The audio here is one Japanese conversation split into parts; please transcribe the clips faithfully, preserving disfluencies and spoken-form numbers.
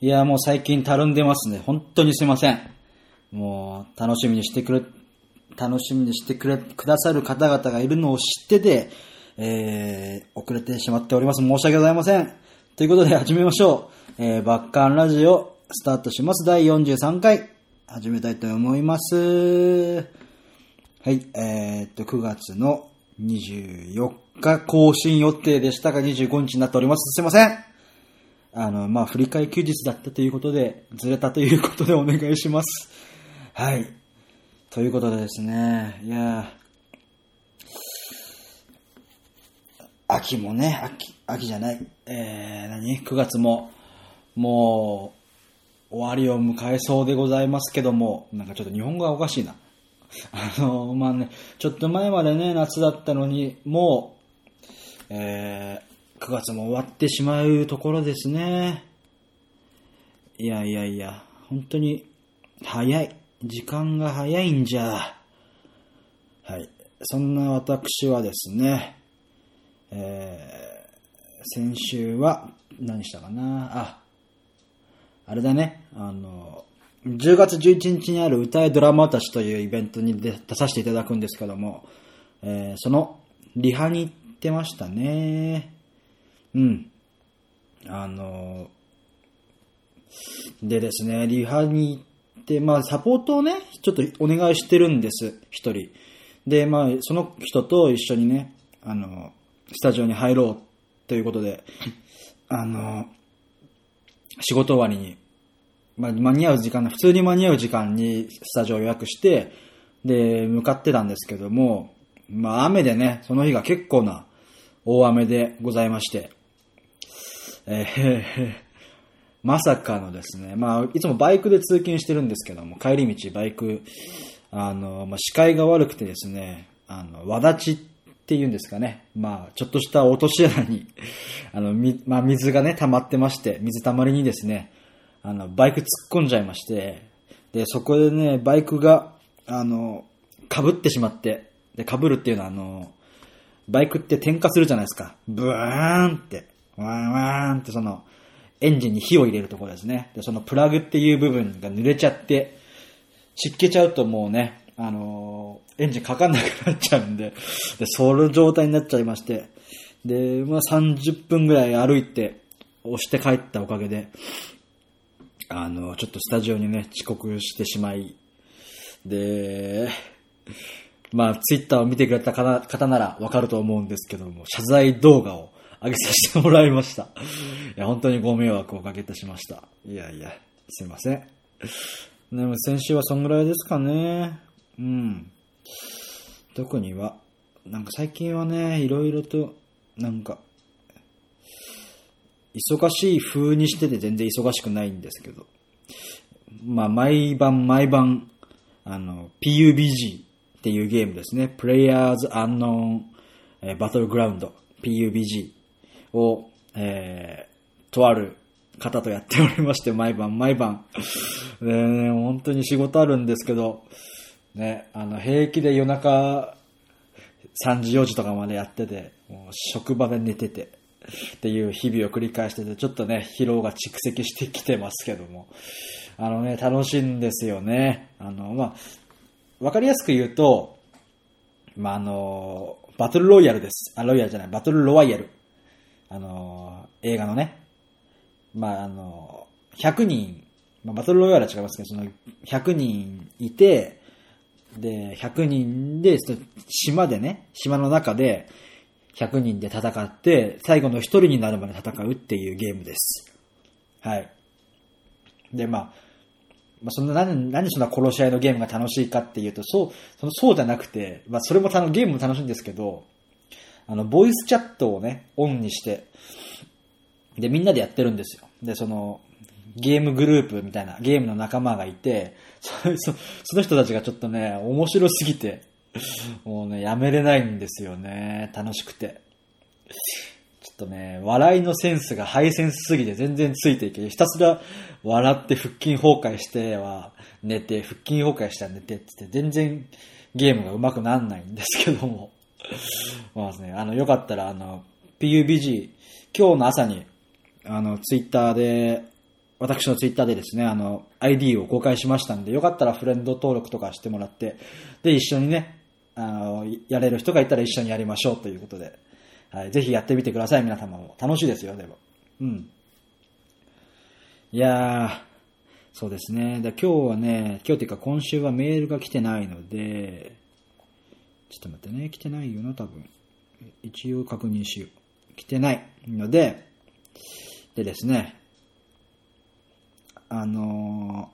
いや、もう最近たるんでますね。本当にすいません。もう、楽しみにしてくれ、楽しみにしてくれ、くださる方々がいるのを知ってて、えー、遅れてしまっております。申し訳ございません。ということで始めましょう。えー、バッカンラジオ、スタートします。だいよんじゅうさんかい、始めたいと思います。はい、えーっと、くがつのにじゅうよっか更新予定でしたが、にじゅうごにちになっております。すいません。あの、まあ、振り替え休日だったということで、ずれたということでお願いします。はい。ということでですね、いや秋もね、秋、秋じゃない、えー、何 ?く 月も、もう、終わりを迎えそうでございますけども、なんかちょっと日本語がおかしいな。あの、まあね、ちょっと前までね、夏だったのに、もう、えー、くがつも終わってしまうところですね。いやいやいや、本当に早い。時間が早いんじゃ。はい。そんな私はですね、えー、先週は何したかなあ、あれだね。あの、じゅうがつじゅういちにちにある歌えドラマたちというイベントに出させていただくんですけども、えー、そのリハに行ってましたね。うん。あの、でですね、リハに行って、まあ、サポートをね、ちょっとお願いしてるんです、一人。で、まあ、その人と一緒にね、あの、スタジオに入ろうということで、あの、仕事終わりに、まあ、間に合う時間、普通に間に合う時間にスタジオを予約して、で、向かってたんですけども、まあ、雨でね、その日が結構な大雨でございまして、えー、まさかのですね、まあ、いつもバイクで通勤してるんですけども、帰り道バイク、あの、まあ、視界が悪くてですね、あの、わだちっていうんですかね、まあ、ちょっとした落とし穴に、あの、み、まあ、水がね、溜まってまして、水溜まりにですね、あの、バイク突っ込んじゃいまして、で、そこでね、バイクが、あの、被ってしまって、で、被るっていうのは、あの、バイクって点火するじゃないですか。ブーンって、ワーンワーンってその、エンジンに火を入れるところですね。で、そのプラグっていう部分が濡れちゃって、湿気ちゃうともうね、あのー、エンジンかかんなくなっちゃうんで、で、その状態になっちゃいまして、で、まあさんじゅっぷんぐらい歩いて、押して帰ったおかげで、あのー、ちょっとスタジオにね、遅刻してしまい、で、まあ、ツイッターを見てくれた方ならわかると思うんですけども、謝罪動画を上げさせてもらいました。いや、本当にご迷惑をおかけいたしました。いやいや、すいません。でも先週はそんぐらいですかね。うん。特には、なんか最近はね、いろいろと、なんか、忙しい風にしてて全然忙しくないんですけど、まあ、毎晩毎晩、あの、ピーユービージー、っていうゲームですね。Players Unknown Battleground ピーユービージー を、えー、とある方とやっておりまして、毎晩毎晩。でね、本当に仕事あるんですけど、ね、あの、平気で夜中さんじよじとかまでやってて、もう職場で寝てて、っていう日々を繰り返してて、ちょっとね、疲労が蓄積してきてますけども。あのね、楽しいんですよね。あの、まあ、わかりやすく言うと、まあ、あの、バトルロイヤルです。あ、ロイヤルじゃない、バトルロワイヤル。あの、映画のね。まあ、あの、ひゃくにん、まあ、バトルロイヤルは違いますけど、その、ひゃくにんいて、で、ひゃくにんで、島でね、島の中で、ひゃくにんで戦って、最後のひとりになるまで戦うっていうゲームです。はい。で、まあ、まあ、そんな何、何そんな殺し合いのゲームが楽しいかっていうと、そう、その、そうじゃなくて、まあ、それもたの、ゲームも楽しいんですけど、あの、ボイスチャットをね、オンにして、で、みんなでやってるんですよ。で、その、ゲームグループみたいな、ゲームの仲間がいて、そ, そ, その人たちがちょっとね、面白すぎて、もうね、やめれないんですよね、楽しくて。ちょっとね、笑いのセンスがハイセンスすぎて全然ついていけ、ひたすら笑って腹筋崩壊しては寝て、腹筋崩壊しては寝てって言って全然ゲームが上手くなんないんですけども。まあね、あの、よかったらあの、ピーユービージー、今日の朝に、あの、ツイッターで私のツイッターでですね、あの、アイディー を公開しましたんで、よかったらフレンド登録とかしてもらって、で、一緒にね、あの、やれる人がいたら一緒にやりましょうということで、はい、ぜひやってみてください、皆様も。楽しいですよ、でも。うん。いやー、そうですね。で、今日はね、今日っていうか今週はメールが来てないので、ちょっと待ってね、来てないよな、多分。一応確認しよう。来てないので、でですね、あの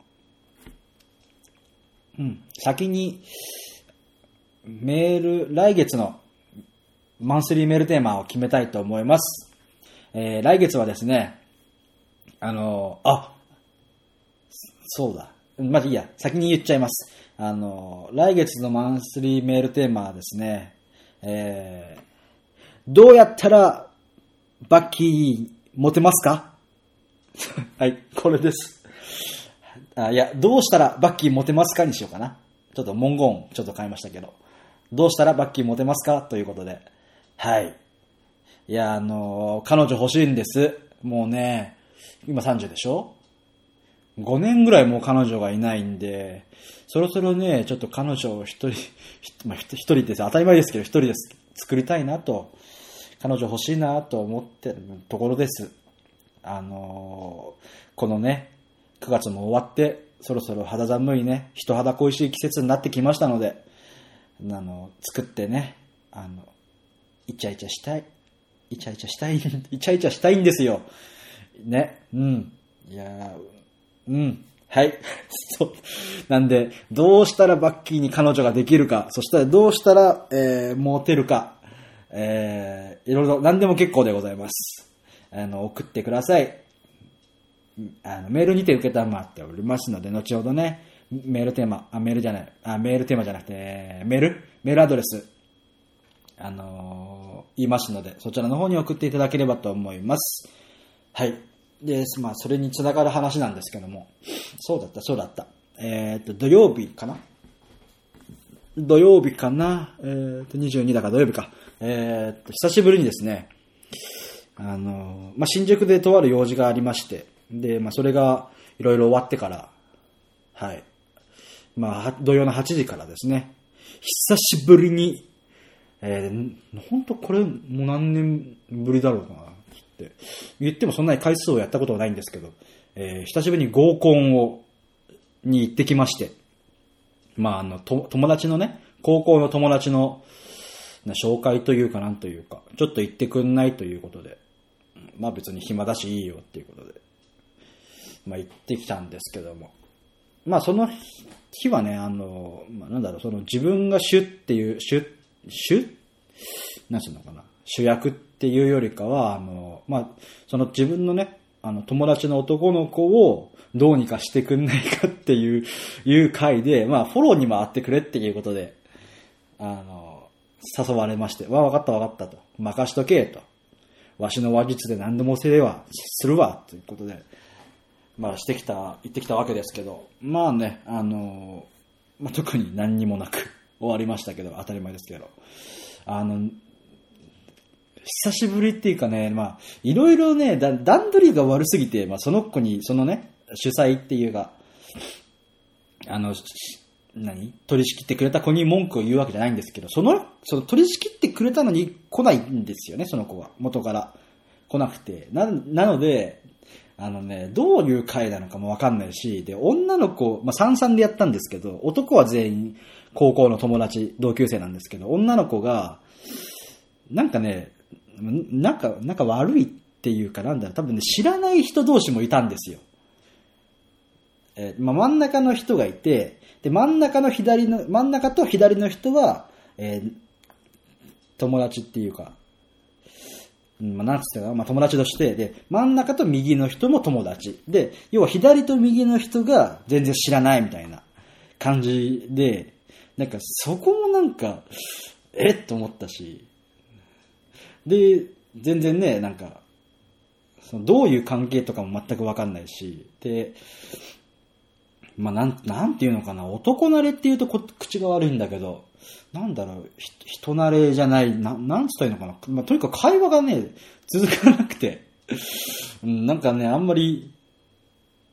ー、うん、先に、メール、来月のマンスリーメールテーマを決めたいと思います。えー、来月はですね、あのー、あ、そうだ。まあいいや、先に言っちゃいます。あのー、来月のマンスリーメールテーマはですね、えー、どうやったらバッキーモテますかはい、これです。あ、いや、どうしたらバッキーモテますかにしようかな。ちょっと文言ちょっと変えましたけど。どうしたらバッキーモテますかということで。はい。いや、あのー、彼女欲しいんです。もうね、今さんじゅうでしょ ?ご 年ぐらいもう彼女がいないんで、そろそろね、ちょっと彼女を一人、まあ、一人って当たり前ですけど、一人で作りたいなと、彼女欲しいなと思ってるところです。あのー、このね、くがつも終わって、そろそろ肌寒いね、人肌恋しい季節になってきましたので、あの、作ってね、あの、イチャイチャしたい。イチャイチャしたい。イチャイチャしたいんですよ。ね。うん。いやー、うん。はい。そう。なんで、どうしたらバッキーに彼女ができるか、そしたらどうしたら、えー、モテるか、えー、いろいろ、何でも結構でございます。あの、送ってください。あのメールにて受けたまっておりますので、後ほどね、メールテーマ、あ、メールじゃない、あ、メールテーマじゃなくて、メールメールアドレス、あのー、言いますので、そちらの方に送っていただければと思います。はい。で、まあ、それにつながる話なんですけども、そうだった、そうだった。えっと、土曜日かな土曜日かなえっと、にじゅうにだから土曜日か。えっと、久しぶりにですね、あのー、まあ、新宿でとある用事がありまして、で、まあ、それがいろいろ終わってから、はい。まあ、土曜のはちじからですね、久しぶりに、えー、ほんとこれもう何年ぶりだろうかなって言ってもそんなに回数をやったことはないんですけど、えー、久しぶりに合コンを、に行ってきまして、まあ、あの、と、友達のね、高校の友達の、紹介というかなんというか、ちょっと行ってくんないということで、まあ別に暇だしいいよっていうことで、まあ行ってきたんですけども。まあその日はね、あの、まあなんだろう、その自分が主っていう、主、主なんていうのかな、主役っていうよりかは、あの、まあその自分のね、あの友達の男の子をどうにかしてくんないかっていう、いう回で、まあフォローに回ってくれっていうことで、あの、誘われまして、わ、わかったわかったと。任しとけと。わしの話術で何でもせれば、するわ、ということで、まあしてきた、行ってきたわけですけど、まあね、あの、まあ特に何にもなく終わりましたけど、当たり前ですけど、あの、久しぶりっていうかね、まあ、いろいろね、だ段取りが悪すぎて、まあその子に、そのね、主催っていうか、あの、何取り仕切ってくれた子に文句を言うわけじゃないんですけど、その、その取り仕切ってくれたのに来ないんですよね、その子は。元から来なくて。な、なので、あのね、どういう会なのかもわかんないし、で、女の子、まあ、三々でやったんですけど、男は全員高校の友達、同級生なんですけど、女の子が、なんかね、なんか、なんか悪いっていうかなんだろう、多分ね、知らない人同士もいたんですよ。えーまあ、真ん中の人がいて、で、真ん中の左の、真ん中と左の人は、えー、友達っていうか、まあ、なんつってかな、まあ、友達として、で、真ん中と右の人も友達。で、要は左と右の人が全然知らないみたいな感じで、なんかそこもなんか、えっと思ったし、で、全然ね、なんか、そのどういう関係とかも全くわかんないし、で、まあ、なん、なんていうのかな、男慣れっていうとこ口が悪いんだけど、なんだろう、ひ人慣れじゃない、な、なんつったらいいのかな、まあ、とにかく会話がね、続かなくて、うん、なんかね、あんまり、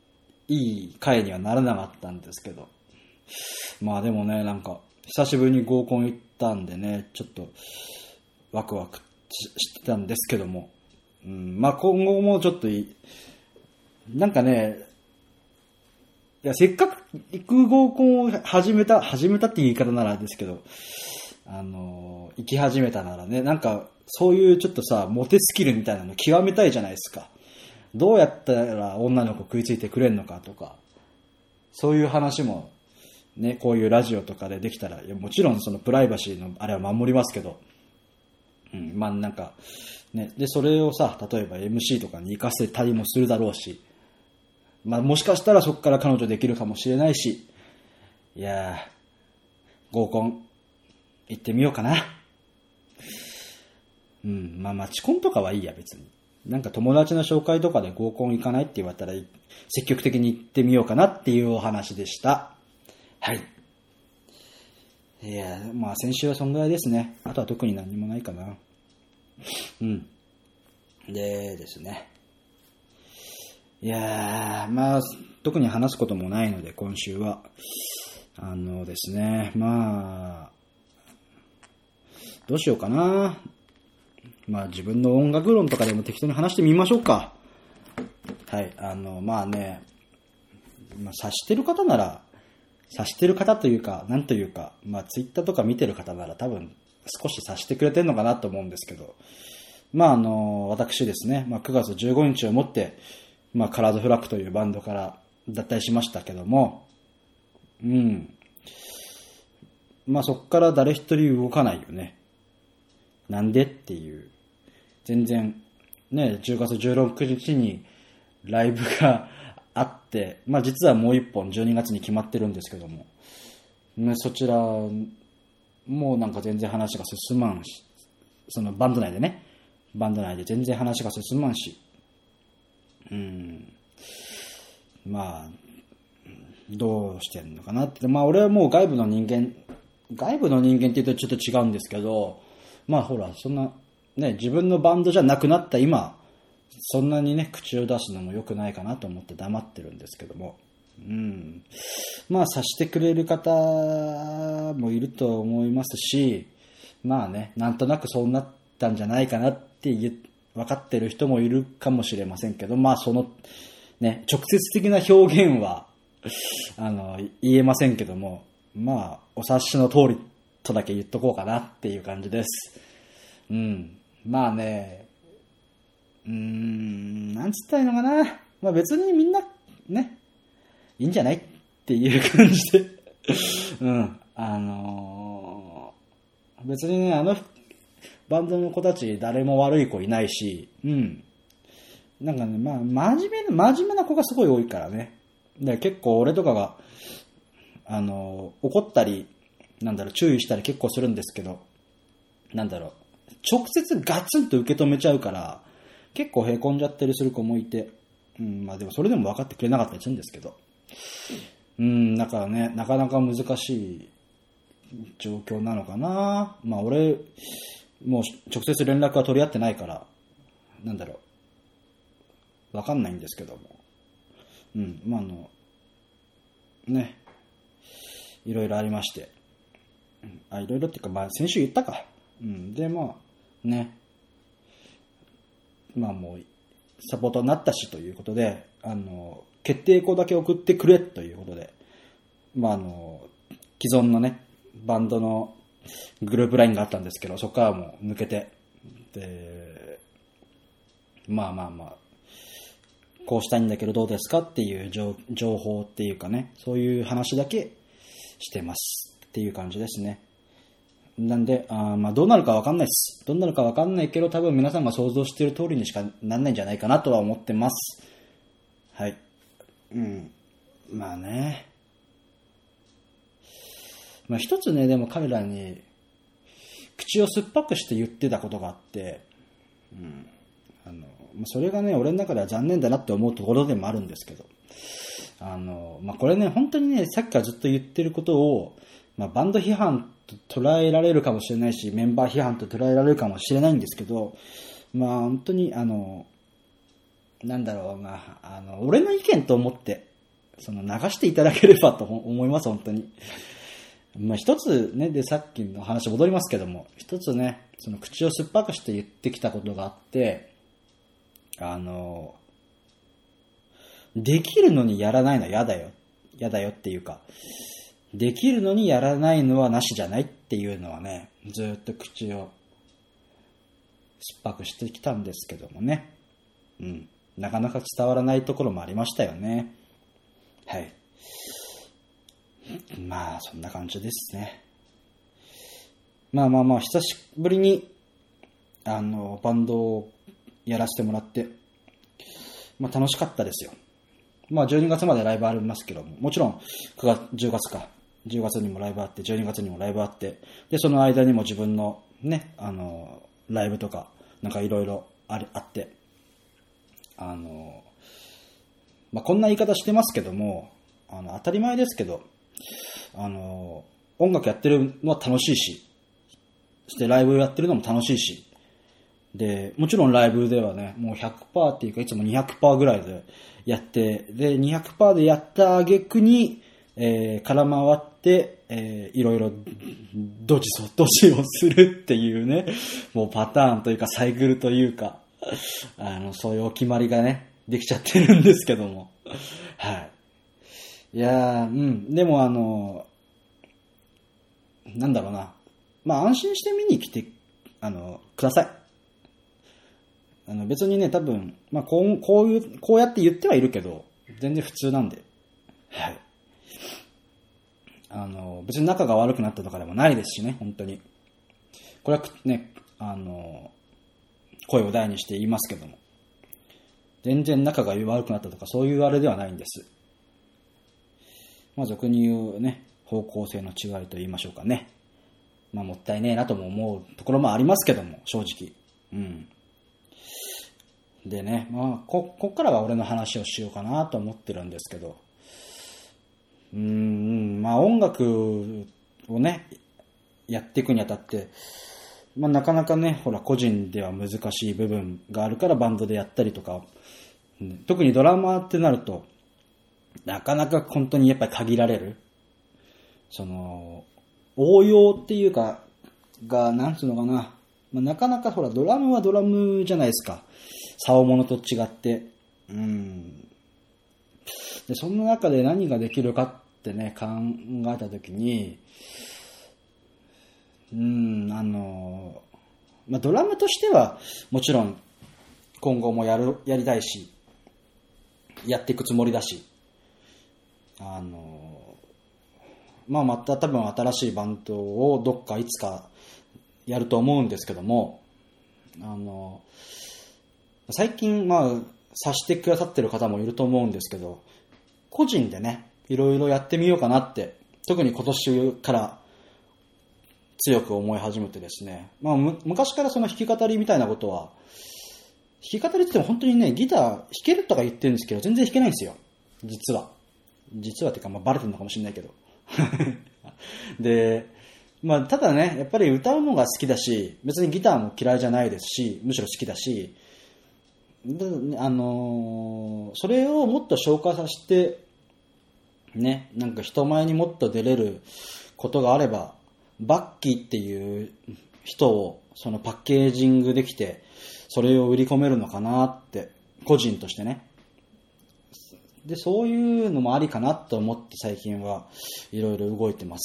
いい回にはならなかったんですけど。まあでもね、なんか、久しぶりに合コン行ったんでね、ちょっと、ワクワクしてたんですけども。うん、まあ今後もちょっといい、なんかね、いや、せっかく行く合コンを始めた、始めたって言い方ならあれですけど、あの、行き始めたならね、なんか、そういうちょっとさ、モテスキルみたいなの極めたいじゃないですか。どうやったら女の子食いついてくれんのかとか、そういう話も、ね、こういうラジオとかでできたら、いやもちろんそのプライバシーのあれは守りますけど、うん、まあなんか、ね、で、それをさ、例えば エムシー とかに活かせたりもするだろうし、まあもしかしたらそこから彼女できるかもしれないし、いやー、合コン行ってみようかな。うん、まあマチコンとかはいいや別に。なんか友達の紹介とかで合コン行かないって言われたら積極的に行ってみようかなっていうお話でした。はい。いや、まあ先週はそんぐらいですね。あとは特に何もないかな。うん。でですね。いやー、まあ特に話すこともないので今週は。あのですね、まあ、どうしようかな。まあ自分の音楽論とかでも適当に話してみましょうか。はい、あの、まあね、まあ察してる方なら、察してる方というか、なんというか、まあツイッターとか見てる方なら多分少し察してくれてるのかなと思うんですけど、まああの、私ですね、まあくがつじゅうごにちをもって、まあカラーズフラッグというバンドから脱退しましたけども、うん。まあそっから誰一人動かないよね。なんでっていう。全然、ね、じゅうがつじゅうろくにちにライブがあって、まあ実はもう一本じゅうにがつに決まってるんですけども、ね、そちら、もうなんか全然話が進まんし、そのバンド内でね、バンド内で全然話が進まんし、うん、まあ、どうしてんのかなって、まあ俺はもう外部の人間、外部の人間って言うとちょっと違うんですけど、まあほら、そんな、ね、自分のバンドじゃなくなった今、そんなにね、口を出すのも良くないかなと思って黙ってるんですけども。うん。まあ、察してくれる方もいると思いますし、まあね、なんとなくそうなったんじゃないかなって分かってる人もいるかもしれませんけど、まあその、ね、直接的な表現は、あの、言えませんけども、まあ、お察しの通りとだけ言っとこうかなっていう感じです。うん。まあね、うーん、なんつったらいいのかな。まあ別にみんな、ね、いいんじゃないっていう感じで。うん。あのー、別にね、あの、バンドの子たち誰も悪い子いないし、うん。なんかね、まあ、真面目な、真面目な子がすごい多いからね。で、結構俺とかが、あのー、怒ったり、なんだろう、注意したり結構するんですけど、なんだろう、直接ガツンと受け止めちゃうから、結構へこんじゃったりする子もいて、うん、まあでもそれでも分かってくれなかったりするんですけど、うん、だからね、なかなか難しい状況なのかな。まあ俺、もう直接連絡は取り合ってないから、なんだろう、分かんないんですけども、うん、まああの、ね、いろいろありまして、あ、いろいろっていうか、まあ先週言ったか。うん、で、まあ、ね。まあもう、サポートになったしということで、あの、決定稿だけ送ってくれということで、まああの、既存のね、バンドのグループラインがあったんですけど、そこからもう抜けて、で、まあまあまあ、こうしたいんだけどどうですかっていう情報っていうかね、そういう話だけしてますっていう感じですね。なんで、あまあどうなるかわかんないです。どうなるかわかんないけど、多分皆さんが想像している通りにしかなんないんじゃないかなとは思ってます。はい。うん。まあね。まあ一つね、でも彼らに口を酸っぱくして言ってたことがあって、うん。あの、それがね、俺の中では残念だなって思うところでもあるんですけど、あの、まあこれね、本当にね、さっきからずっと言ってることを、まあバンド批判と捉えられるかもしれないし、メンバー批判と捉えられるかもしれないんですけど、まあ本当にあの、なんだろうな、あの、俺の意見と思ってその流していただければと思います、本当に。まあ一つね、でさっきの話戻りますけども、一つね、その口を酸っぱくして言ってきたことがあって、あの、できるのにやらないのは嫌だよ。嫌だよっていうか、できるのにやらないのはなしじゃないっていうのはね、ずっと口を酸っぱくしてきたんですけどもね。うん。なかなか伝わらないところもありましたよね。はい。まあ、そんな感じですね。まあまあまあ、久しぶりに、あの、バンドをやらせてもらって、まあ楽しかったですよ。まあじゅうにがつまでライブありますけども、もちろんくがつ、じゅうがつか、じゅうがつにもライブあって、じゅうにがつにもライブあって、で、その間にも自分のね、あの、ライブとか、なんかいろいろあって、あの、まあこんな言い方してますけども、あの、当たり前ですけど、あの、音楽やってるのは楽しいし、そしてライブやってるのも楽しいし、で、もちろんライブではね、もう ひゃくパーセント っていうかいつも にひゃくパーセント ぐらいでやって、で、にひゃくパーセント でやった挙句に、えー、空回って、えー、いろいろドジソドジをするっていうね、もうパターンというかサイクルというか、あの、そういうお決まりがね、できちゃってるんですけども。はい。いやー、うん。でもあの、なんだろうな。まあ安心して見に来て、あの、ください。あの別にね、多分、まあこう、こういう、こうやって言ってはいるけど、全然普通なんで。はい。あの、別に仲が悪くなったとかでもないですしね、本当に。これはね、あの、声を大にして言いますけども。全然仲が悪くなったとか、そういうあれではないんです。まあ俗に言うね、方向性の違いと言いましょうかね。まあもったいねえなとも思うところもありますけども、正直。うん。でね、まあ、こ、こっからは俺の話をしようかなと思ってるんですけど、うーん、まあ音楽をね、やっていくにあたって、まあなかなかね、ほら個人では難しい部分があるからバンドでやったりとか、特にドラマーってなると、なかなか本当にやっぱり限られる。その、応用っていうか、が、なんつうのかな、まあ、なかなかほらドラムはドラムじゃないですか。竿物と違って、うん。で、その中で何ができるかってね、考えたときに、うん、あの、まあ、ドラムとしては、もちろん、今後もやる、やりたいし、やっていくつもりだし、あの、まあ、また多分新しいバンドをどっかいつかやると思うんですけども、あの、最近、まあ、察してくださってる方もいると思うんですけど、個人でね、いろいろやってみようかなって、特に今年から強く思い始めてですね、まあ、む昔からその弾き語りみたいなことは、弾き語りって言っても本当にね、ギター弾けるとか言ってるんですけど、全然弾けないんですよ。実は。実はっていうか、まあ、バレてるのかもしれないけど。で、まあ、ただね、やっぱり歌うのが好きだし、別にギターも嫌いじゃないですし、むしろ好きだし、あのー、それをもっと消化させて、ね、なんか人前にもっと出れることがあれば、バッキーっていう人をそのパッケージングできて、それを売り込めるのかなって、個人としてね。で、そういうのもありかなと思って最近はいろいろ動いてます。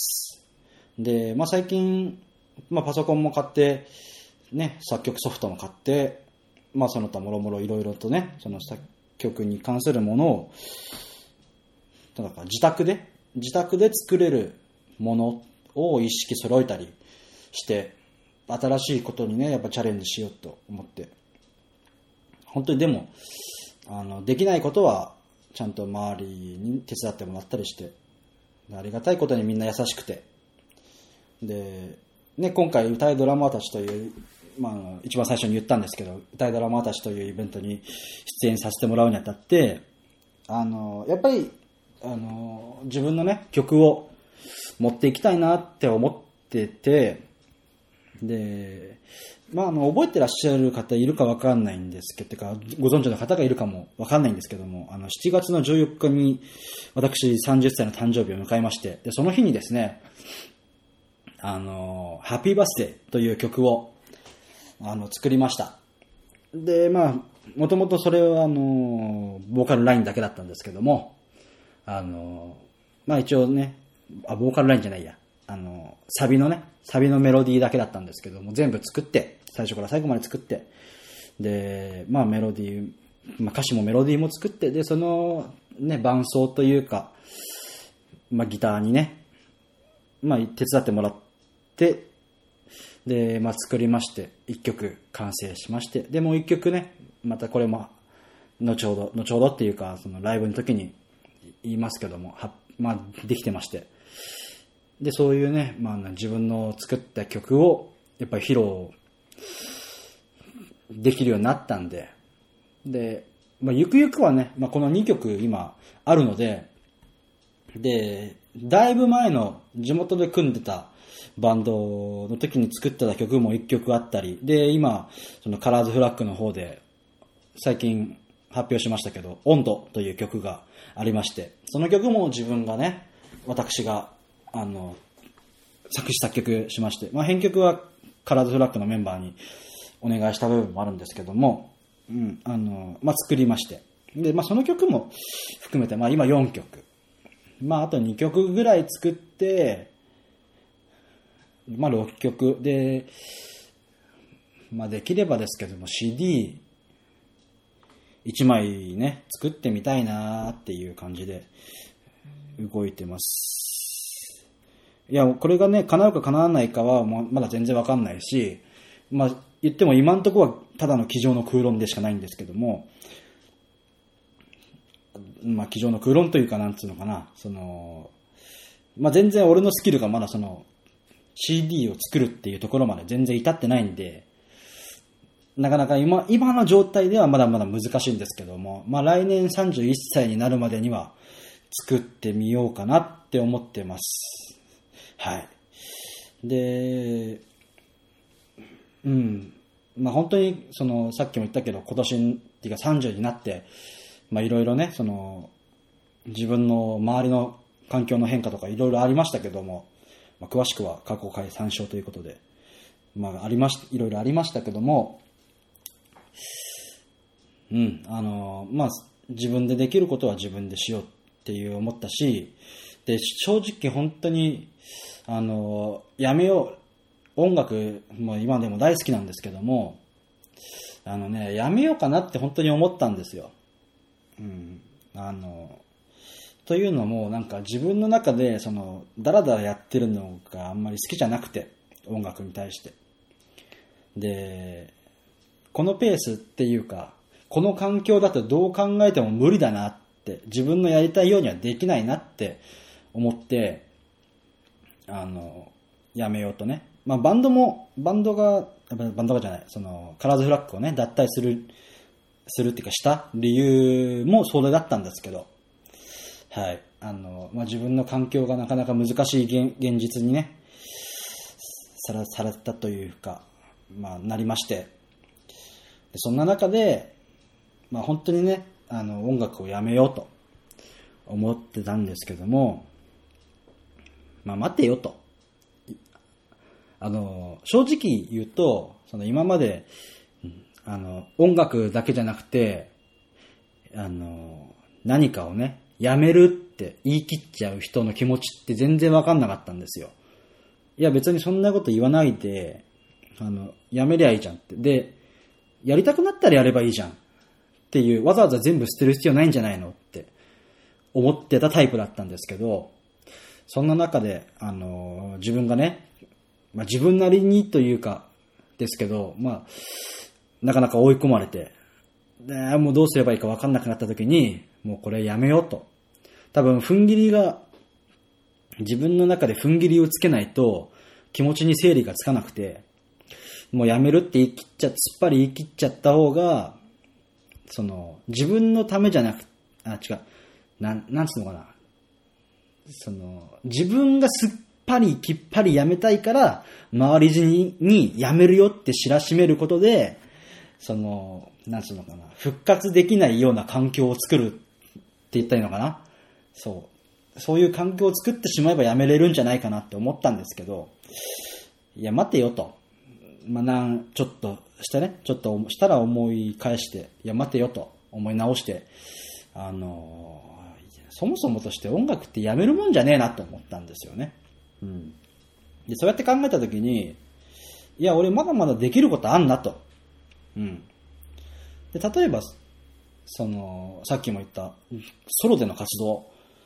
で、まあ最近、まあパソコンも買って、ね、作曲ソフトも買って、まあその他もろもろいろいろとね、その作曲に関するものを、だから自宅で、自宅で作れるものを意識揃えたりして、新しいことにね、やっぱチャレンジしようと思って。本当にでも、あの、できないことは、ちゃんと周りに手伝ってもらったりして、ありがたいことにみんな優しくて。で、ね、今回歌いドラマーたちという、まあ、一番最初に言ったんですけど、歌いドラマーたちというイベントに出演させてもらうにあたって、あの、やっぱり、あの、自分のね、曲を持っていきたいなって思ってて、 で、まあ、あの、覚えてらっしゃる方いるかわかんないんですけど、てか、ご存知の方がいるかもわかんないんですけども、あの、しちがつのじゅうよっかに、私さんじゅっさいの誕生日を迎えまして、で、その日にですね、あの、ハッピーバースデーという曲を、あの、作りました。で、まあ、もともとそれは、あの、ボーカルラインだけだったんですけども、あの、まあ一応ね、あ、ボーカルラインじゃないや、あの、サビのね、サビのメロディーだけだったんですけども、全部作って、最初から最後まで作って、で、まあメロディー、まあ歌詞もメロディーも作って、で、その、ね、伴奏というか、まあギターにね、まあ手伝ってもらって、で、まあ作りまして、一曲完成しまして、で、もう一曲ね、またこれも、後ほど、後ほどっていうか、そのライブの時に言いますけども、はまあできてまして、で、そういうね、まあ自分の作った曲を、やっぱり披露できるようになったんで、で、まあゆくゆくはね、まあこのにきょく今あるので、で、だいぶ前の地元で組んでたバンドの時に作ってた曲もいっきょくあったり、で、今、そのカラーズフラッグの方で、最近発表しましたけど、温度という曲がありまして、その曲も自分がね、私が、あの、作詞作曲しまして、まあ編曲はカラーズフラッグのメンバーにお願いした部分もあるんですけども、うん、あの、まあ作りまして、で、まあその曲も含めて、まあ今よんきょく、まああとにきょくぐらい作って、まあろっきょくで、まあできればですけども シーディーいちまいね、作ってみたいなーっていう感じで動いてます。いや、これがね、叶うか叶わないかはまだ全然わかんないし、まあ言っても今のところはただの机上の空論でしかないんですけども、まあ机上の空論というかなんつうのかな、その、まあ全然俺のスキルがまだその シーディー を作るっていうところまで全然至ってないんで、なかなか今、今の状態ではまだまだ難しいんですけども、まあ来年さんじゅういっさいになるまでには作ってみようかなって思ってます。はい。で、うん。まあ本当に、その、さっきも言ったけど、今年っていうかさんじゅうになって、まあいろいろね、その、自分の周りの環境の変化とかいろいろありましたけども、まあ、詳しくは過去回参照ということで、まあありまし、いろいろありましたけども、うん、あの、まあ、自分でできることは自分でしようっていう思ったし、で、正直本当に、あの、やめよう、音楽も今でも大好きなんですけども、あのね、やめようかなって本当に思ったんですよ。うん、あの、というのも、なんか自分の中で、その、だらだらやってるのがあんまり好きじゃなくて、音楽に対して。で、このペースっていうか、この環境だとどう考えても無理だなって、自分のやりたいようにはできないなって思って、あの、やめようとね。まあバンドも、バンドが、バンドがじゃない、その、カラーズフラッグをね、脱退する、するっていうかした理由もそれだったんですけど、はい。あの、まあ自分の環境がなかなか難しい現、現実にね、さら、されたというか、まあなりまして、でそんな中で、まあ本当にね、あの音楽をやめようと思ってたんですけども、まあ待てよと。あの、正直言うと、その今まで、あの、音楽だけじゃなくて、あの、何かをね、やめるって言い切っちゃう人の気持ちって全然わかんなかったんですよ。いや別にそんなこと言わないで、あの、やめりゃいいじゃんって。で、やりたくなったらやればいいじゃんっていう、わざわざ全部捨てる必要ないんじゃないのって思ってたタイプだったんですけど、そんな中で、あの、自分がね、まあ自分なりにというかですけど、まあ、なかなか追い込まれて、でもうどうすればいいか分かんなくなった時に、もうこれやめようと。多分、踏ん切りが、自分の中で踏ん切りをつけないと気持ちに整理がつかなくて、もうやめるって言い切っちゃ、突っ張り言い切っちゃった方が、その、自分のためじゃなく、あ、違う、なん、なんつうのかな。その、自分がすっぱりきっぱりやめたいから、周り中ににやめるよって知らしめることで、その、なんつうのかな、復活できないような環境を作るって言ったらいいのかな。そう。そういう環境を作ってしまえばやめれるんじゃないかなって思ったんですけど、いや、待てよと。まあ、なん、ちょっとしてね、ちょっとしたら思い返して、いや、待てよと思い直して、あのー、そもそもとして音楽ってやめるもんじゃねえなと思ったんですよね。うん。で、そうやって考えたときに、いや、俺まだまだできることあんなと。うん。で、例えば、その、さっきも言った、ソロでの活動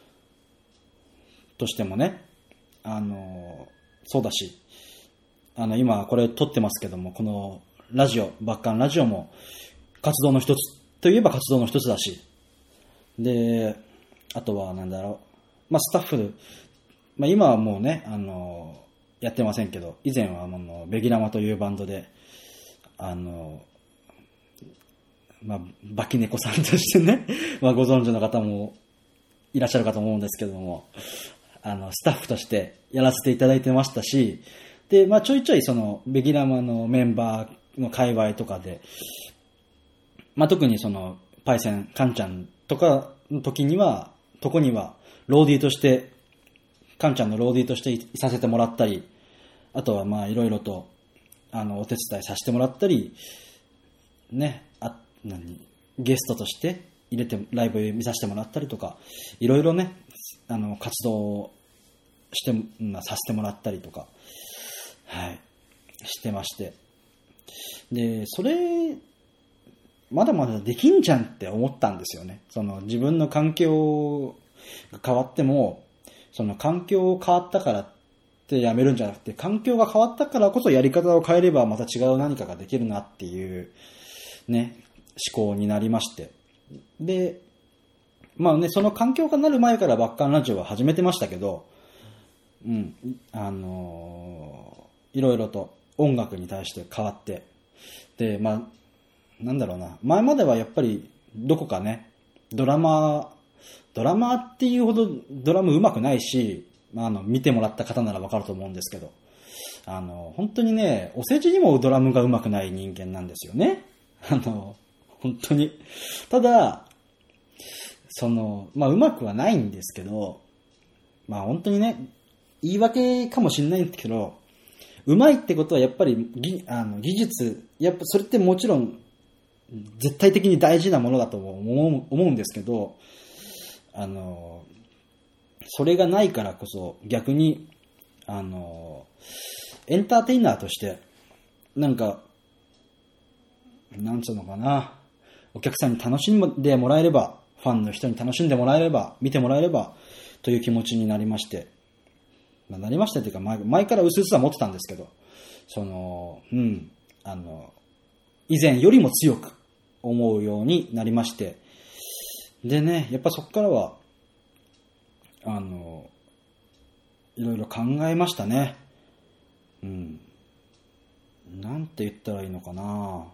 としてもね、あの、そうだし、あの、今これ撮ってますけども、このラジオ、バッカンラジオも活動の一つといえば活動の一つだし、で、あとはなんだろう、まあ、スタッフ、まあ、今はもうね、あの、やってませんけど、以前はあの、ベギラマというバンドで、あの、まあ、バキネコさんとしてね、まあ、ご存知の方もいらっしゃるかと思うんですけども、あの、スタッフとしてやらせていただいてましたし、で、まあ、ちょいちょいその、ベギラマのメンバーの界隈とかで、まあ、特にその、パイセン、カンちゃんとかの時には、とこには、ローディーとして、カンちゃんのローディーとしていさせてもらったり、あとはまあ、いろいろと、あの、お手伝いさせてもらったり、ね、あ、何、ゲストとして入れて、ライブ見させてもらったりとか、いろいろね、あの、活動をして、まあ、させてもらったりとか、はい、してまして。で、それ、まだまだできんじゃんって思ったんですよね。その自分の環境が変わっても、その環境変わったからってやめるんじゃなくて、環境が変わったからこそやり方を変えればまた違う何かができるなっていうね、思考になりまして。で、まあね、その環境がなる前からバッカンラジオは始めてましたけど、うん、あのー、いろいろと音楽に対して変わって、で、まあ、なんだろうな、前まではやっぱりどこかね、ドラマ、ドラマっていうほどドラム上手くないし、あの、見てもらった方ならわかると思うんですけど、あの、本当にね、お世辞にもドラムが上手くない人間なんですよね。あの、本当に。ただ、その、まあ、上手くはないんですけど、まあ、本当にね、言い訳かもしれないんですけど、上手いってことはやっぱり技、あの技術、やっぱそれってもちろん絶対的に大事なものだと思う、思うんですけど、あの、それがないからこそ逆に、あの、エンターテイナーとして、なんか、なんつうのかな、お客さんに楽しんでもらえれば、ファンの人に楽しんでもらえれば、見てもらえれば、という気持ちになりまして、まあ、なりましたというか前、前から薄々は持ってたんですけど、その、うん、あの、以前よりも強く思うようになりまして、でね、やっぱそこからは、あの、いろいろ考えましたね。うん。なんて言ったらいいのかな。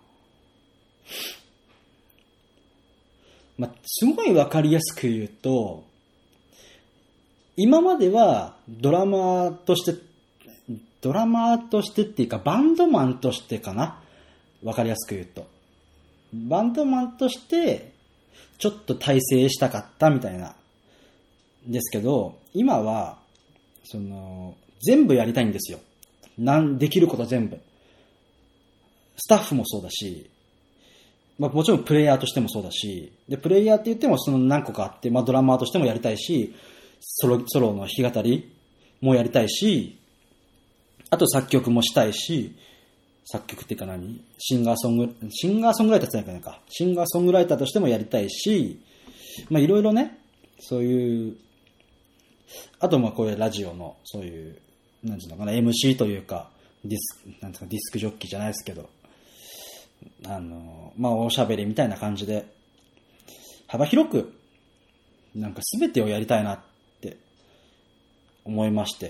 まあ、すごいわかりやすく言うと、今まではドラマーとして、ドラマーとしてっていうかバンドマンとしてかな。わかりやすく言うと。バンドマンとしてちょっと大成したかったみたいな。ですけど、今は、その、全部やりたいんですよ。なん、できること全部。スタッフもそうだし、まあもちろんプレイヤーとしてもそうだし、で、プレイヤーって言ってもその何個かあって、まあドラマーとしてもやりたいし、ソロ、ソロの弾き語りもやりたいし、あと作曲もしたいし、作曲っていうか何シンガーソング、シンガーソングライターって言うか、シンガーソングライターとしてもやりたいし、まあいろいろね、そういう、あとまあこういうラジオの、そういう、なんていうのかな、エムシー というか、ディスク、なんですか、ディスクジョッキーじゃないですけど、あの、まあおしゃべりみたいな感じで、幅広く、なんか全てをやりたいなって思いまして、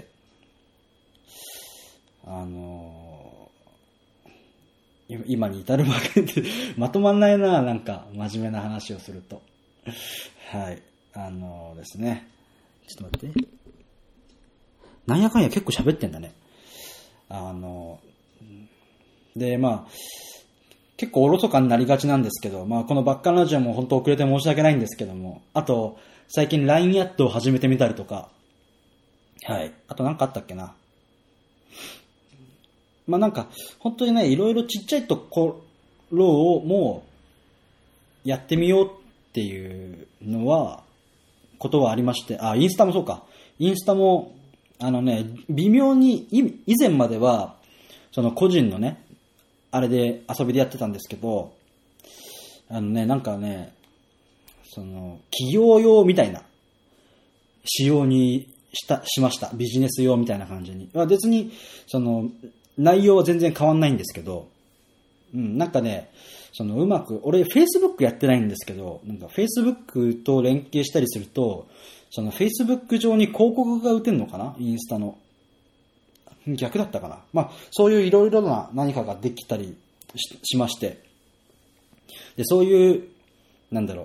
あの、今に至るわけで、まとまんないな、なんか真面目な話をすると。はい。あのですね。ちょっと待って。 なんやかんや結構喋ってんだね。あの、で、まあ、結構おろそかになりがちなんですけど、まあこのバッカンラジオも本当遅れて申し訳ないんですけども、あと、最近 ライン アットを始めてみたりとか、はい。あとなんかあったっけな。まあなんか、本当にね、いろいろちっちゃいところをもうやってみようっていうのは、ことはありまして、あ、インスタもそうか。インスタも、あのね、微妙に、以前までは、その個人のね、あれで遊びでやってたんですけど、あのね、なんかね、その、企業用みたいな仕様にした、しました。ビジネス用みたいな感じに。別に、その、内容は全然変わんないんですけど、うん、なんかね、そのうまく、俺 Facebook やってないんですけど、なんか Facebook と連携したりすると、その Facebook 上に広告が打てるのかな？インスタの。逆だったかな。まあ、そういういろいろな何かができたり し, しまして。で、そういう、なんだろう。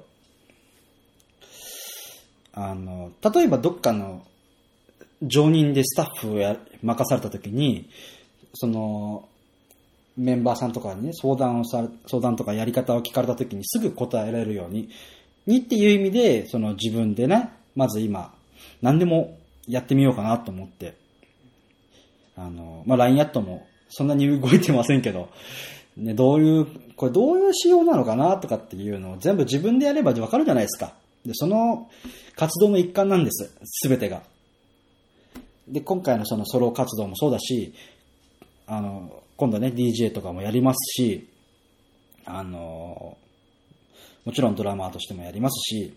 あの、例えばどっかの常任でスタッフをや任されたときに、その、メンバーさんとかにね、相談をさ、相談とかやり方を聞かれたときにすぐ答えられるように、にっていう意味で、その自分でね、まず今、何でもやってみようかなと思って、あの、まあ、ライン アットもそんなに動いてませんけど、ね、どういう、これどういう仕様なのかなとかっていうのを全部自分でやればわかるじゃないですか。で、その活動の一環なんです。すべてが。で、今回のそのソロ活動もそうだし、あの、今度ね、ディージェー とかもやりますし、あの、もちろんドラマーとしてもやりますし、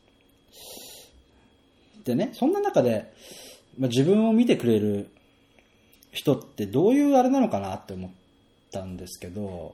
でね、そんな中で、まあ、自分を見てくれる人ってどういうあれなのかなって思ったんですけど、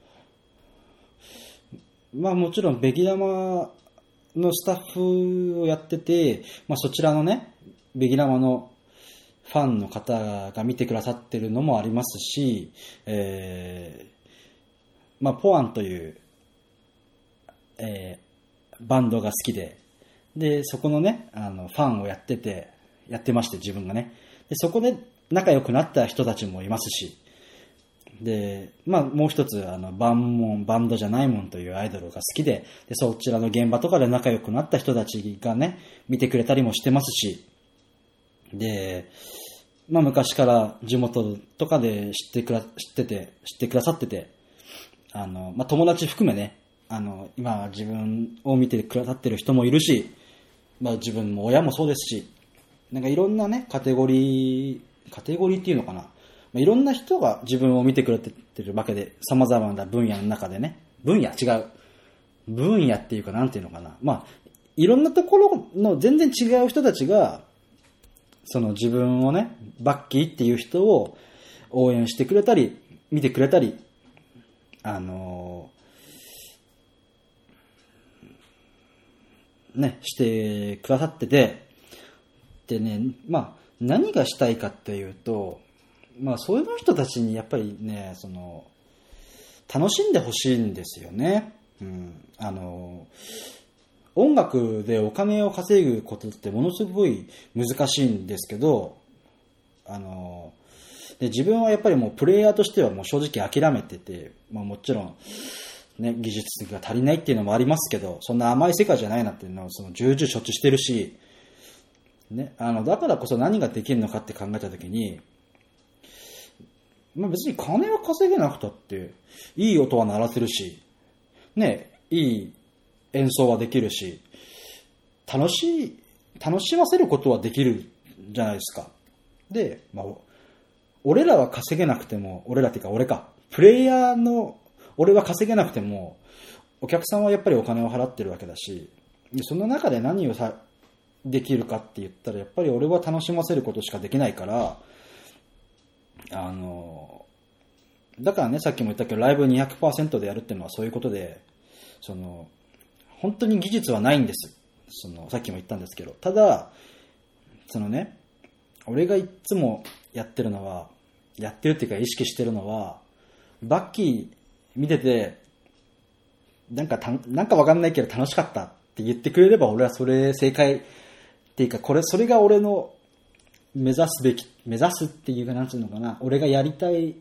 まあもちろんベギ玉のスタッフをやってて、まあそちらのね、ベギ玉のファンの方が見てくださってるのもありますし、えー、まあポアンという、えー、バンドが好きで、で、そこのね、あの、ファンをやってて、やってまして自分がね。で、そこで仲良くなった人たちもいますし、で、まあもう一つ、あの、バンモン、バンドじゃないもんというアイドルが好きで、で、そちらの現場とかで仲良くなった人たちがね、見てくれたりもしてますし、で、まあ昔から地元とかで知ってくら、知ってて、知ってくださってて、あの、まあ友達含めね、あの、今自分を見てくださってる人もいるし、まあ自分も親もそうですし、なんかいろんなね、カテゴリー、カテゴリーっていうのかな。まあ、いろんな人が自分を見てくれてるわけで、様々な分野の中でね、分野違う。分野っていうかなんていうのかな。まあ、いろんなところの全然違う人たちが、その自分をね、バッキーっていう人を応援してくれたり、見てくれたり、あのー、ね、してくださってて、でね、まあ、何がしたいかっていうと、まあ、そういう人たちにやっぱりね、その、楽しんでほしいんですよね。うん。あの、音楽でお金を稼ぐことってものすごい難しいんですけど、あの、で自分はやっぱりもうプレイヤーとしてはもう正直諦めてて、まあもちろん、ね、技術が足りないっていうのもありますけど、そんな甘い世界じゃないなっていうのをその重々承知してるし、ね、あの、だからこそ何ができるのかって考えたときに、まあ別に金は稼げなくたって、いい音は鳴らせるし、ね、いい演奏はできるし、楽しい、楽しませることはできるじゃないですか。で、まあ、俺らは稼げなくても、俺らっていうか俺か、プレイヤーの、俺は稼げなくても、お客さんはやっぱりお金を払ってるわけだし、でその中で何をさ、できるかって言ったら、やっぱり俺は楽しませることしかできないから、あの、だからね、さっきも言ったけど、ライブ にひゃくパーセント でやるっていうのはそういうことで、その、本当に技術はないんです。その、さっきも言ったんですけど、ただ、そのね、俺がいつもやってるのは、やってるっていうか意識してるのは、バッキー見てて、なんかた、なんかわかんないけど楽しかったって言ってくれれば、俺はそれ正解っていうか、これ、それが俺の目指すべき、目指すっていうかなんつうのかな、俺がやりたい、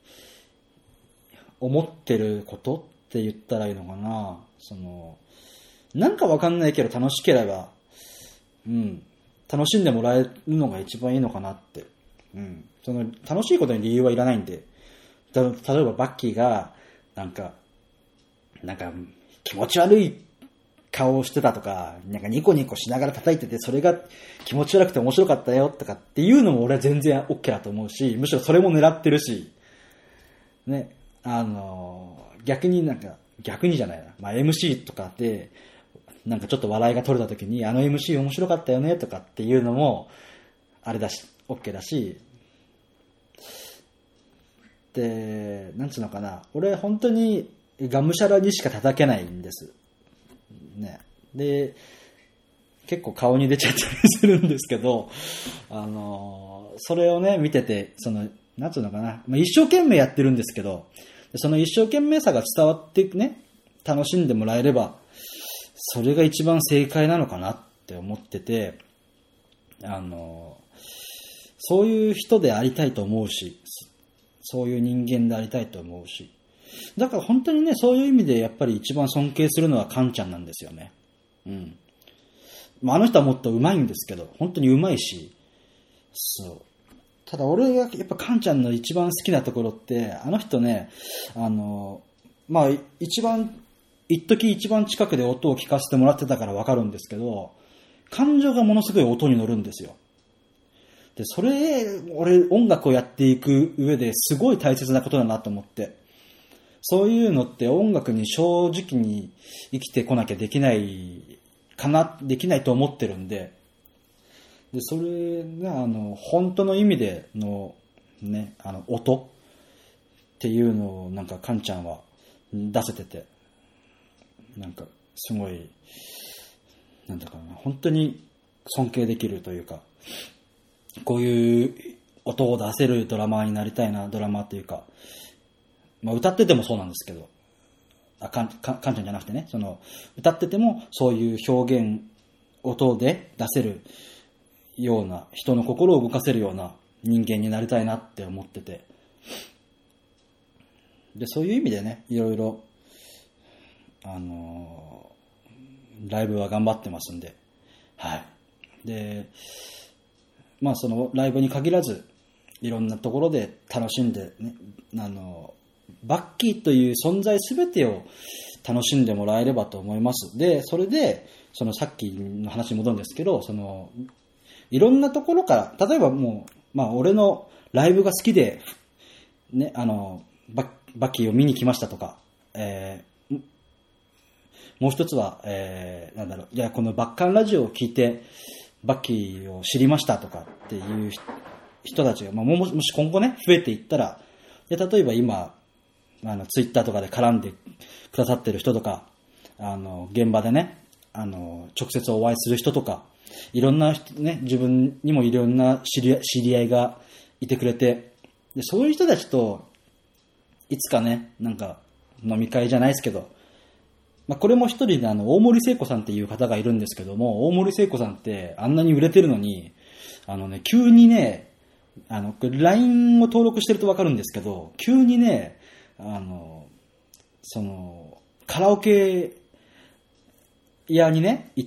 思ってることって言ったらいいのかな、その、なんかわかんないけど楽しければ、うん、楽しんでもらえるのが一番いいのかなって。うん。その、楽しいことに理由はいらないんで、た例えばバッキーが、なんか、なんか、気持ち悪い顔をしてたとか、なんかニコニコしながら叩いてて、それが気持ち悪くて面白かったよとかっていうのも俺は全然 OK だと思うし、むしろそれも狙ってるし、ね、あの、逆になんか、逆にじゃないな、まあ エムシー とかで、なんかちょっと笑いが取れた時に、あの エムシー 面白かったよねとかっていうのも、あれだし、OK だし、で、なんつうのかな、俺本当にがむしゃらにしか叩けないんです。ね。で、結構顔に出ちゃったりするんですけど、あの、それをね、見てて、その、なんつうのかな、まあ、一生懸命やってるんですけど、その一生懸命さが伝わってね、楽しんでもらえれば、それが一番正解なのかなって思ってて、あの、そういう人でありたいと思うし、そういう人間でありたいと思うし、だから本当にね、そういう意味でやっぱり一番尊敬するのはカンちゃんなんですよね。うん。まあ、あの人はもっと上手いんですけど、本当に上手いし、そう。ただ俺がやっぱカンちゃんの一番好きなところって、あの人ね、あの、まあ一番、一時一番近くで音を聞かせてもらってたからわかるんですけど、感情がものすごい音に乗るんですよ。で、それ、俺音楽をやっていく上ですごい大切なことだなと思って。そういうのって音楽に正直に生きてこなきゃできないかな、できないと思ってるんで、で、それが、あの、本当の意味での、ね、あの、音っていうのをなんかカンちゃんは出せてて、なんか、すごい、なんだかな、本当に尊敬できるというか、こういう音を出せるドラマーになりたいな、ドラマーっていうか、まあ歌っててもそうなんですけど、あ、かん、かん、かんちゃんじゃなくてね、その、歌っててもそういう表現、音で出せるような、人の心を動かせるような人間になりたいなって思ってて、で、そういう意味でね、いろいろ、あのー、ライブは頑張ってますんで、はい。で、まあそのライブに限らず、いろんなところで楽しんでね、あの、バッキーという存在すべてを楽しんでもらえればと思います。で、それで、そのさっきの話に戻るんですけど、その、いろんなところから、例えばもう、まあ俺のライブが好きで、ね、あの、バッ、バッキーを見に来ましたとか、えー、もう一つは、えー、なんだろう、いや、このバッカンラジオを聞いて、バッキーを知りましたとかっていう人たちが、まあ、もし今後ね、増えていったら、で例えば今、あの、ツイッターとかで絡んでくださってる人とか、あの、現場でね、あの、直接お会いする人とか、いろんな人ね、自分にもいろんな知り、知り合いがいてくれて、で、そういう人たちと、いつかね、なんか、飲み会じゃないですけど、まあ、これも一人であの、大森聖子さんっていう方がいるんですけども、大森聖子さんってあんなに売れてるのに、あのね、急にね、あの、ライン を登録してるとわかるんですけど、急にね、あの、その、カラオケ屋にね、行って、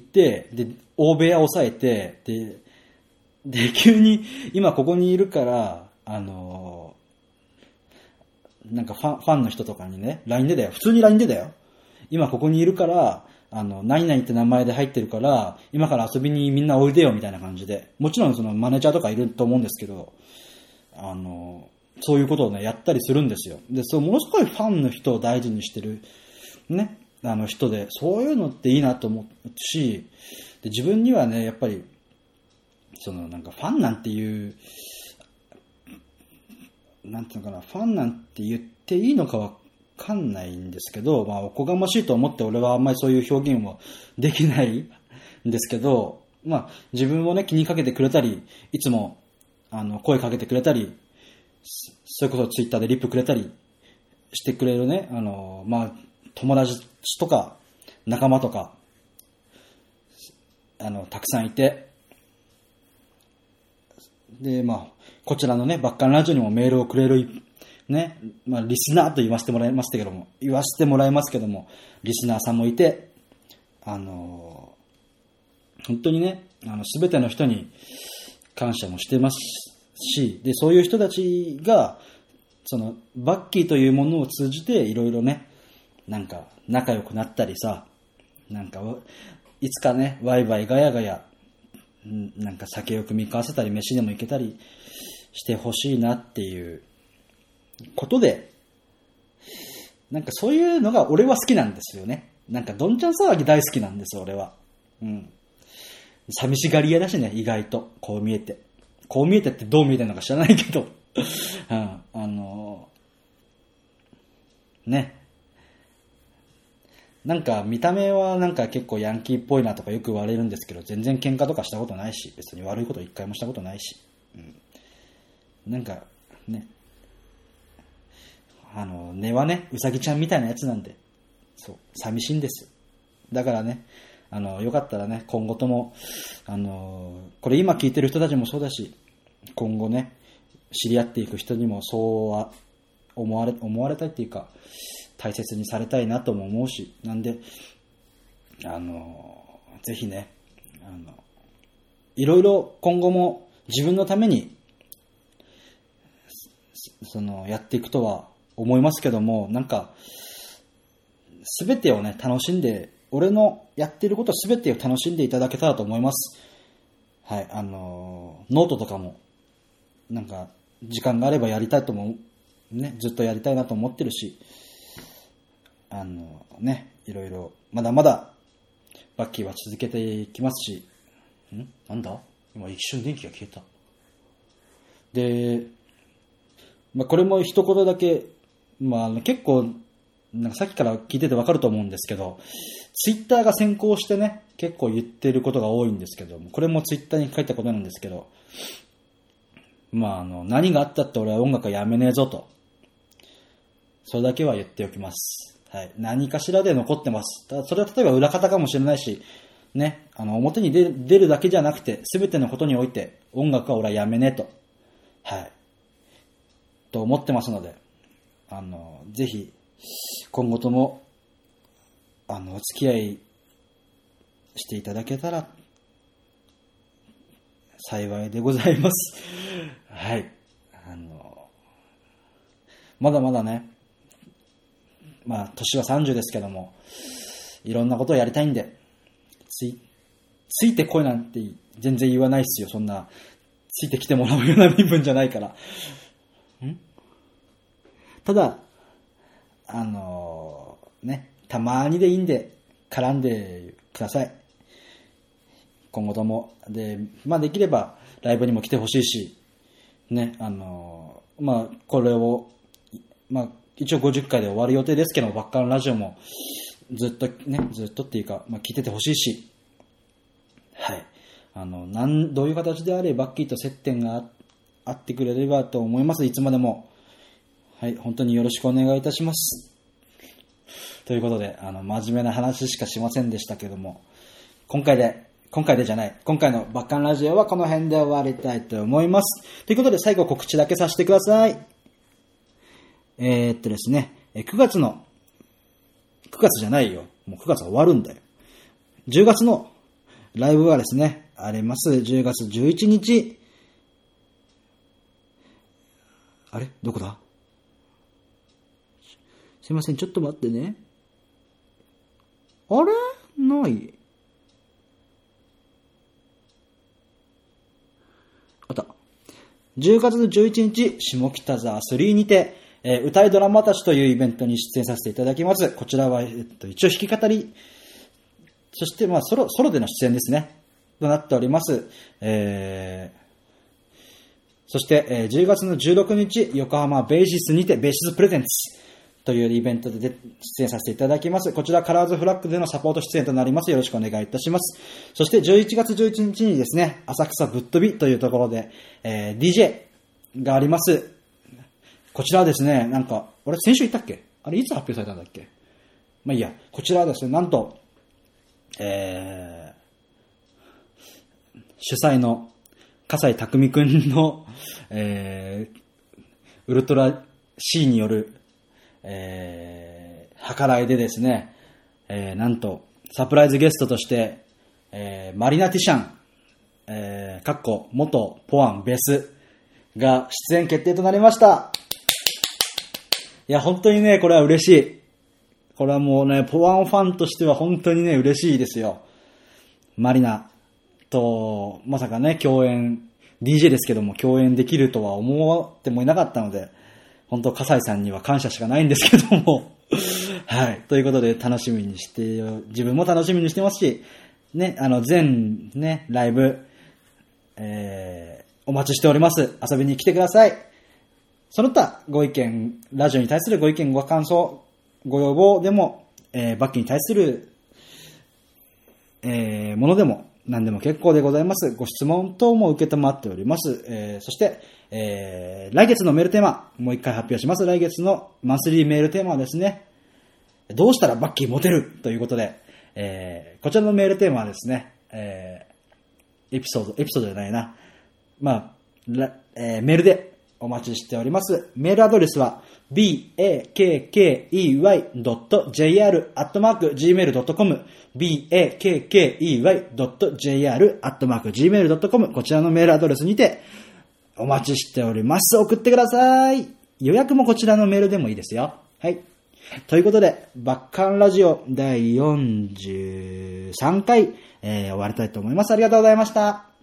で、大部屋を押さえて、で、で、急に、今ここにいるから、あの、なんかファン、ファンの人とかにね、ライン でだよ。普通に ライン でだよ。今ここにいるから、あの、何々って名前で入ってるから、今から遊びにみんなおいでよみたいな感じで。もちろんそのマネージャーとかいると思うんですけど、あの、そういうことをね、やったりするんですよ。で、そう、ものすごいファンの人を大事にしてる、ね、あの人で、そういうのっていいなと思うし、で、自分にはね、やっぱり、そのなんかファンなんていう、なんていうのかな、ファンなんて言っていいのかわかんないんですけど、まあ、おこがましいと思って俺はあんまりそういう表現もできないんですけど、まあ、自分をね、気にかけてくれたり、いつも、あの、声かけてくれたり、それこそツイッターでリップくれたりしてくれるね、あの、まあ、友達とか、仲間とか、あの、たくさんいて、 で、まあ、こちらのね、バッカンラジオにもメールをくれる、ね、まあ、リスナーと言わせてもらいましたけども、言わせてもらいますけども、リスナーさんもいて、あのー、本当にね、あの、すべての人に感謝もしてますし、で、そういう人たちが、その、バッキーというものを通じて、いろいろね、なんか、仲良くなったりさ、なんか、いつかね、ワイワイガヤガヤ、なんか酒を組み交わせたり、飯でも行けたりしてほしいなっていうことで、なんかそういうのが俺は好きなんですよね。なんかどんちゃん騒ぎ大好きなんですよ、俺は。うん。寂しがり屋だしね、意外と。こう見えて。こう見えてってどう見えてるのか知らないけど。うん、あのー、ね。なんか見た目はなんか結構ヤンキーっぽいなとかよく言われるんですけど、全然喧嘩とかしたことないし、別に悪いこと一回もしたことないし。うん、なんかね。あの、根はね、うさぎちゃんみたいなやつなんで、そう、寂しいんです。だからね、あの、よかったらね、今後とも、あの、これ今聞いてる人たちもそうだし、今後ね、知り合っていく人にもそうは思われ、思われたいっていうか、大切にされたいなとも思うし、なんで、あの、ぜひね、あの、いろいろ今後も自分のために、その、やっていくとは思いますけども、なんか、すべてをね、楽しんで、俺のやってることすべてを楽しんでいただけたらと思います。はい、あの、ノートとかも、なんか、時間があればやりたいと思う、ね、ずっとやりたいなと思ってるし、あの、ね、いろいろ、まだまだ、バッキーは続けていきますし、んなんだ今一瞬電気が消えた。で、まあ、これも一言だけ、まあ、結構、なんかさっきから聞いててわかると思うんですけど、ツイッターが先行してね、結構言ってることが多いんですけども、これもツイッターに書いたことなんですけど、まあ、あの、何があったって俺は音楽はやめねえぞと。それだけは言っておきます。はい。何かしらで残ってます。ただそれは例えば裏方かもしれないし、ね、あの、表に出る、出るだけじゃなくて、すべてのことにおいて、音楽は俺はやめねえと。はい。と思ってますので、あの、ぜひ、今後とも、あの、お付き合いしていただけたら、幸いでございます。はい。あの、まだまだね、まあ、年はさんじゅうですけども、いろんなことをやりたいんで、つい、ついてこいなんて全然言わないっすよ。そんな、ついてきてもらうような身分じゃないから。んただ、あのー、ね、たまにでいいんで、絡んでください。今後とも。で、まあできれば、ライブにも来てほしいし、ね、あのー、まあ、これを、まあ、一応ごじゅっかいで終わる予定ですけども、バッカンラジオも、ずっとね、ずっとっていうか、まあ聞いててほしいし、はい。あの、なん、どういう形であれ、バッキーと接点がああってくれればと思います。いつまでも。はい、本当によろしくお願いいたします。ということで、あの、真面目な話しかしませんでしたけども、今回で、今回でじゃない、今回のバッカンラジオはこの辺で終わりたいと思います。ということで、最後告知だけさせてください。えー、っとですね、くがつの、くがつじゃないよ。もうくがつは終わるんだよ。じゅうがつのライブはですね、あります。じゅうがつじゅういちにち。あれどこだすいません、ちょっと待ってね。あれない。あった。じゅうがつじゅういちにち、下北沢スリーにて、えー、歌いドラマたちというイベントに出演させていただきます。こちらは、えっと、一応弾き語り、そして、まあ、ソロ、ソロでの出演ですね。となっております。えー、そして、えー、じゅうがつのじゅうろくにち、横浜ベーシスにて、ベーシスプレゼンツというイベントで出演させていただきます。こちら、カラーズフラッグでのサポート出演となります。よろしくお願いいたします。そして、じゅういちがつじゅういちにちにですね、浅草ぶっ飛びというところで、えー、ディージェー があります。こちらはですね、なんか、俺先週言ったっけあれいつ発表されたんだっけまあいいや。こちらはですね、なんと、えー、主催の笠井匠くんの、えー、ウルトラ C による、えー、計らいでですね、えー、なんと、サプライズゲストとして、えー、マリナ・ティシャン、えー、かっこ、元ポアンベースが出演決定となりました。いや、本当にね、これは嬉しい。これはもうね、ポアンファンとしては本当にね、嬉しいですよ。マリナと、まさかね、共演、ディージェー ですけども、共演できるとは思ってもいなかったので、本当、笠井さんには感謝しかないんですけども。はい。ということで、楽しみにして、自分も楽しみにしてますし、ね、あの、全、ね、ライブ、えー、お待ちしております。遊びに来てください。その他、ご意見、ラジオに対するご意見、ご感想、ご要望でも、えー、バッキーに対する、えー、ものでも、何でも結構でございます。ご質問等も受け止まっております。えー、そして、えー、来月のメールテーマ、もう一回発表します。来月のマンスリーメールテーマはですね、どうしたらバッキーモテるということで、えー、こちらのメールテーマはですね、えー、エピソード、エピソードじゃないな。まあ、えー、メールでお待ちしております。メールアドレスは、バッキードットジェイアール アットマーク ジーメール ドットコム バッキードットジェイアール アットマーク ジーメール ドットコム こちらのメールアドレスにてお待ちしております。送ってください。予約もこちらのメールでもいいですよ。はい。ということで、バッカンラジオだいよんじゅうさんかい、えー、終わりたいと思います。ありがとうございました。